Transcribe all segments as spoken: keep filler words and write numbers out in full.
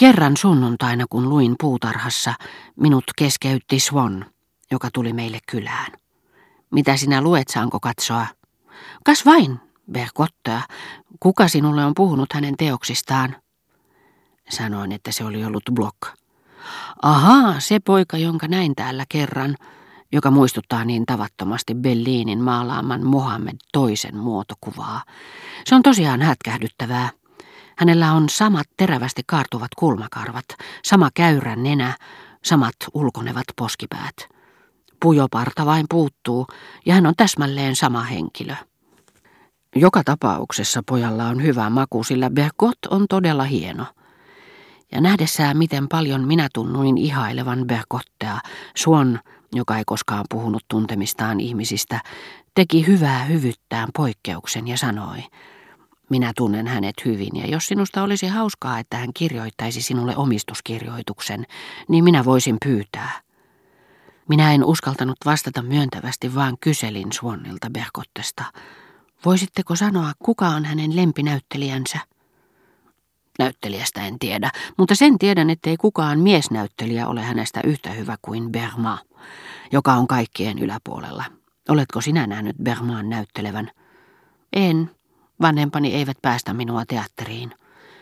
Kerran sunnuntaina, kun luin puutarhassa, minut keskeytti Swan, joka tuli meille kylään. Mitä sinä luet, saanko katsoa? Kas vain, Bergottea. Kuka sinulle on puhunut hänen teoksistaan? Sanoin, että se oli ollut Block. Ahaa, se poika, jonka näin täällä kerran, joka muistuttaa niin tavattomasti Bellinin maalaaman Mohammed toisen muotokuvaa. Se on tosiaan hätkähdyttävää. Hänellä on samat terävästi kaartuvat kulmakarvat, sama käyrä nenä, samat ulkonevat poskipäät. Pujoparta vain puuttuu, ja hän on täsmälleen sama henkilö. Joka tapauksessa pojalla on hyvä maku, sillä Bergot on todella hieno. Ja nähdessään, miten paljon minä tunnuin ihailevan Bergottea, Swan, joka ei koskaan puhunut tuntemistaan ihmisistä, teki hyvää hyvyyttään poikkeuksen ja sanoi: minä tunnen hänet hyvin, ja jos sinusta olisi hauskaa, että hän kirjoittaisi sinulle omistuskirjoituksen, niin minä voisin pyytää. Minä en uskaltanut vastata myöntävästi, vaan kyselin Swanilta Bergottesta: voisitteko sanoa, kuka on hänen lempinäyttelijänsä? Näyttelijästä en tiedä, mutta sen tiedän, ettei kukaan miesnäyttelijä ole hänestä yhtä hyvä kuin Berma, joka on kaikkien yläpuolella. Oletko sinä nähnyt Berman näyttelevän? En. Vanhempani eivät päästä minua teatteriin.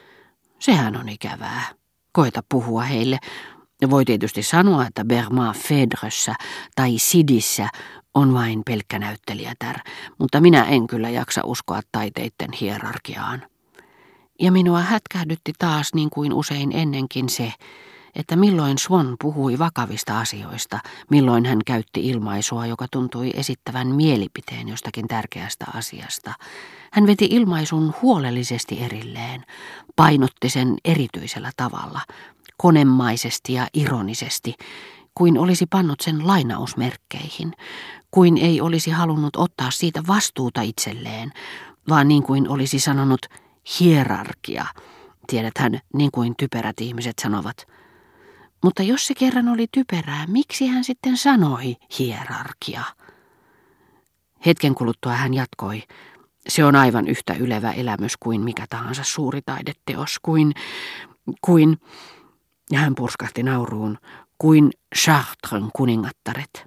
Sehän on ikävää. Koeta puhua heille. Voi tietysti sanoa, että Berma Phèdressä tai Sidissä on vain pelkkä näyttelijätär, mutta minä en kyllä jaksa uskoa taiteitten hierarkiaan. Ja minua hätkähdytti taas niin kuin usein ennenkin se, että milloin Swan puhui vakavista asioista, milloin hän käytti ilmaisua, joka tuntui esittävän mielipiteen jostakin tärkeästä asiasta. Hän veti ilmaisun huolellisesti erilleen, painotti sen erityisellä tavalla, konemaisesti ja ironisesti, kuin olisi pannut sen lainausmerkkeihin, kuin ei olisi halunnut ottaa siitä vastuuta itselleen, vaan niin kuin olisi sanonut hierarkia. Tiedäthän, niin kuin typerät ihmiset sanovat. Mutta jos se kerran oli typerää, miksi hän sitten sanoi hierarkia? Hetken kuluttua hän jatkoi: se on aivan yhtä ylevä elämys kuin mikä tahansa suuri taideteos, kuin, kuin, ja hän purskahti nauruun, kuin Chartren kuningattaret.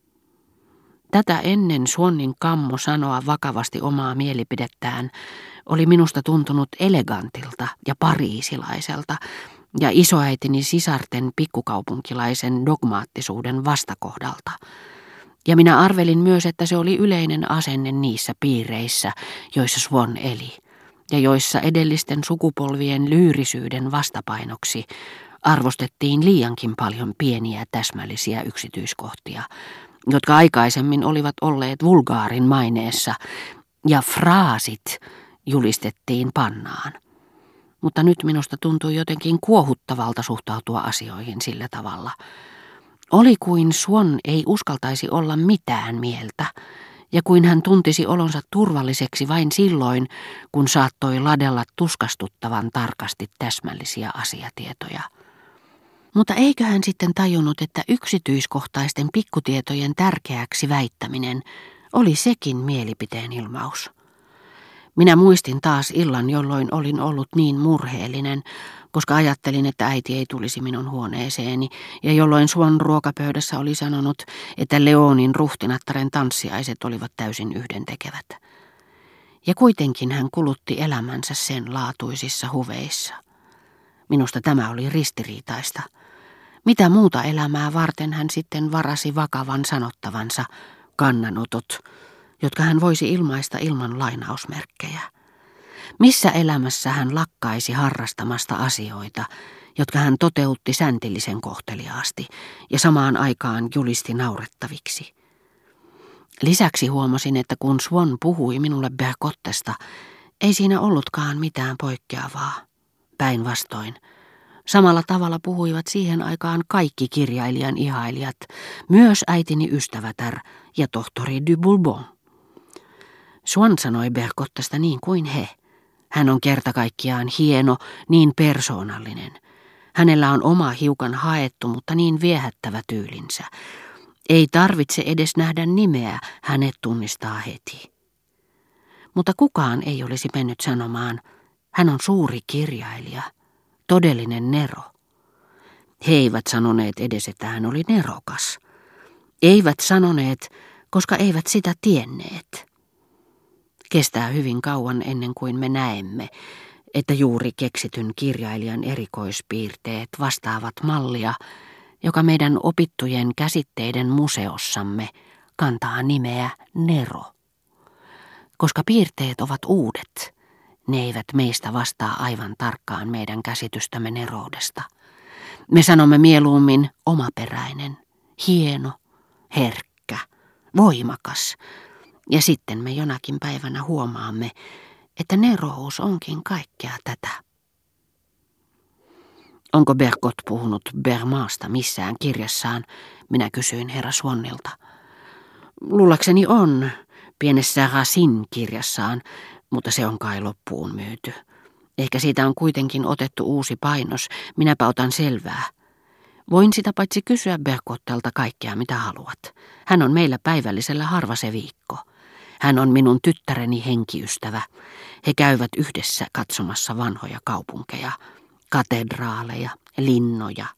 Tätä ennen Swannin kammo sanoa vakavasti omaa mielipidettään oli minusta tuntunut elegantilta ja pariisilaiselta ja isoäitini sisarten pikkukaupunkilaisen dogmaattisuuden vastakohdalta. Ja minä arvelin myös, että se oli yleinen asenne niissä piireissä, joissa Swan eli, ja joissa edellisten sukupolvien lyyrisyyden vastapainoksi arvostettiin liiankin paljon pieniä täsmällisiä yksityiskohtia, jotka aikaisemmin olivat olleet vulgaarin maineessa, ja fraasit julistettiin pannaan. Mutta nyt minusta tuntui jotenkin kuohuttavalta suhtautua asioihin sillä tavalla. Oli kuin Swan ei uskaltaisi olla mitään mieltä, ja kuin hän tuntisi olonsa turvalliseksi vain silloin, kun saattoi ladella tuskastuttavan tarkasti täsmällisiä asiatietoja. Mutta eikö hän sitten tajunnut, että yksityiskohtaisten pikkutietojen tärkeäksi väittäminen oli sekin mielipiteen ilmaus? Minä muistin taas illan, jolloin olin ollut niin murheellinen, koska ajattelin, että äiti ei tulisi minun huoneeseeni, ja jolloin Swan ruokapöydässä oli sanonut, että Leonin ruhtinattaren tanssiaiset olivat täysin yhdentekevät. Ja kuitenkin hän kulutti elämänsä sen laatuisissa huveissa. Minusta tämä oli ristiriitaista. Mitä muuta elämää varten hän sitten varasi vakavan sanottavansa kannanotot, jotka hän voisi ilmaista ilman lainausmerkkejä? Missä elämässä hän lakkaisi harrastamasta asioita, jotka hän toteutti säntillisen kohteliaasti ja samaan aikaan julisti naurettaviksi? Lisäksi huomasin, että kun Swan puhui minulle Bergottesta, ei siinä ollutkaan mitään poikkeavaa. Päinvastoin. Samalla tavalla puhuivat siihen aikaan kaikki kirjailijan ihailijat, myös äitini ystävätär ja tohtori de Bourbon. Swan sanoi Bergottesta niin kuin he. Hän on kerta kaikkiaan hieno, niin persoonallinen. Hänellä on oma hiukan haettu, mutta niin viehättävä tyylinsä. Ei tarvitse edes nähdä nimeä, hänet tunnistaa heti. Mutta kukaan ei olisi mennyt sanomaan, hän on suuri kirjailija todellinen nero. He eivät sanoneet edes, että hän oli nerokas. Eivät sanoneet, koska eivät sitä tienneet. Kestää hyvin kauan ennen kuin me näemme, että juuri keksityn kirjailijan erikoispiirteet vastaavat mallia, joka meidän opittujen käsitteiden museossamme kantaa nimeä nero. Koska piirteet ovat uudet, ne eivät meistä vastaa aivan tarkkaan meidän käsitystämme neroudesta. Me sanomme mieluummin omaperäinen, hieno, herkkä, voimakas, ja sitten me jonakin päivänä huomaamme, että nerous onkin kaikkea tätä. Onko Bergot puhunut Bermaasta missään kirjassaan? Minä kysyin herra Swannilta. Luullakseni on, pienessä Racine-kirjassaan, mutta se on kai loppuun myyty. Ehkä siitä on kuitenkin otettu uusi painos, minäpä otan selvää. Voin sitä paitsi kysyä Bergottelta kaikkea mitä haluat. Hän on meillä päivällisellä harva se viikko. Hän on minun tyttäreni henkiystävä. He käyvät yhdessä katsomassa vanhoja kaupunkeja, katedraaleja, linnoja.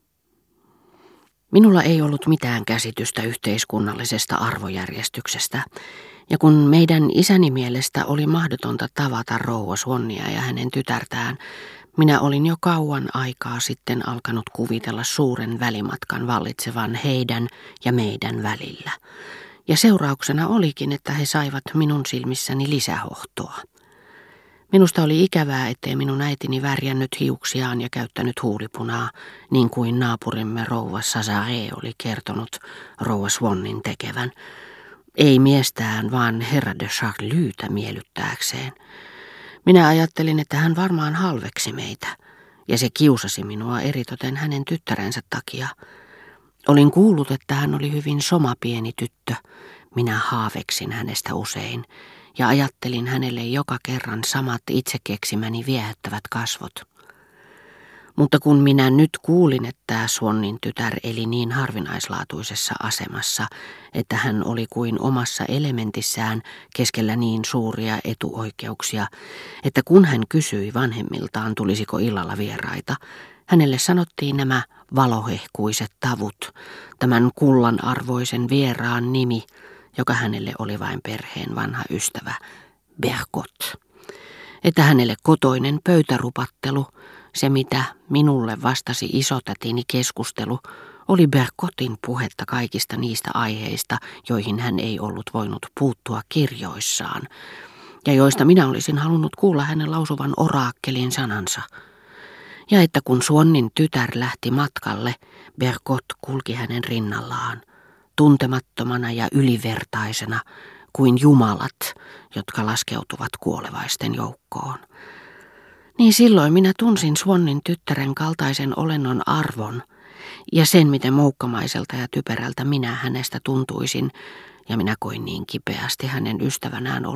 Minulla ei ollut mitään käsitystä yhteiskunnallisesta arvojärjestyksestä, ja kun meidän isäni mielestä oli mahdotonta tavata rouva Swannia ja hänen tytärtään, minä olin jo kauan aikaa sitten alkanut kuvitella suuren välimatkan vallitsevan heidän ja meidän välillä. Ja seurauksena olikin, että he saivat minun silmissäni lisähohtoa. Minusta oli ikävää, ettei minun äitini värjännyt hiuksiaan ja käyttänyt huulipunaa, niin kuin naapurimme rouva Sazare oli kertonut rouva Swannin tekevän. Ei miestään, vaan herra de Charlytä miellyttääkseen. Minä ajattelin, että hän varmaan halveksi meitä, ja se kiusasi minua eritoten hänen tyttärensä takia. Olin kuullut, että hän oli hyvin soma pieni tyttö. Minä haaveksin hänestä usein, ja ajattelin hänelle joka kerran samat itse keksimäni viehättävät kasvot. Mutta kun minä nyt kuulin, että Swannin tytär eli niin harvinaislaatuisessa asemassa, että hän oli kuin omassa elementissään keskellä niin suuria etuoikeuksia, että kun hän kysyi vanhemmiltaan, tulisiko illalla vieraita, hänelle sanottiin nämä valohehkuiset tavut, tämän kullanarvoisen vieraan nimi, joka hänelle oli vain perheen vanha ystävä, Bergot. Että hänelle kotoinen pöytärupattelu, se mitä minulle vastasi isotätini keskustelu, oli Bergotin puhetta kaikista niistä aiheista, joihin hän ei ollut voinut puuttua kirjoissaan, ja joista minä olisin halunnut kuulla hänen lausuvan oraakkelin sanansa. Ja että kun Swannin tytär lähti matkalle, Bergot kulki hänen rinnallaan, tuntemattomana ja ylivertaisena kuin jumalat, jotka laskeutuvat kuolevaisten joukkoon. Niin silloin minä tunsin Swannin tyttären kaltaisen olennon arvon ja sen, miten moukkamaiselta ja typerältä minä hänestä tuntuisin, ja minä koin niin kipeästi hänen ystävänään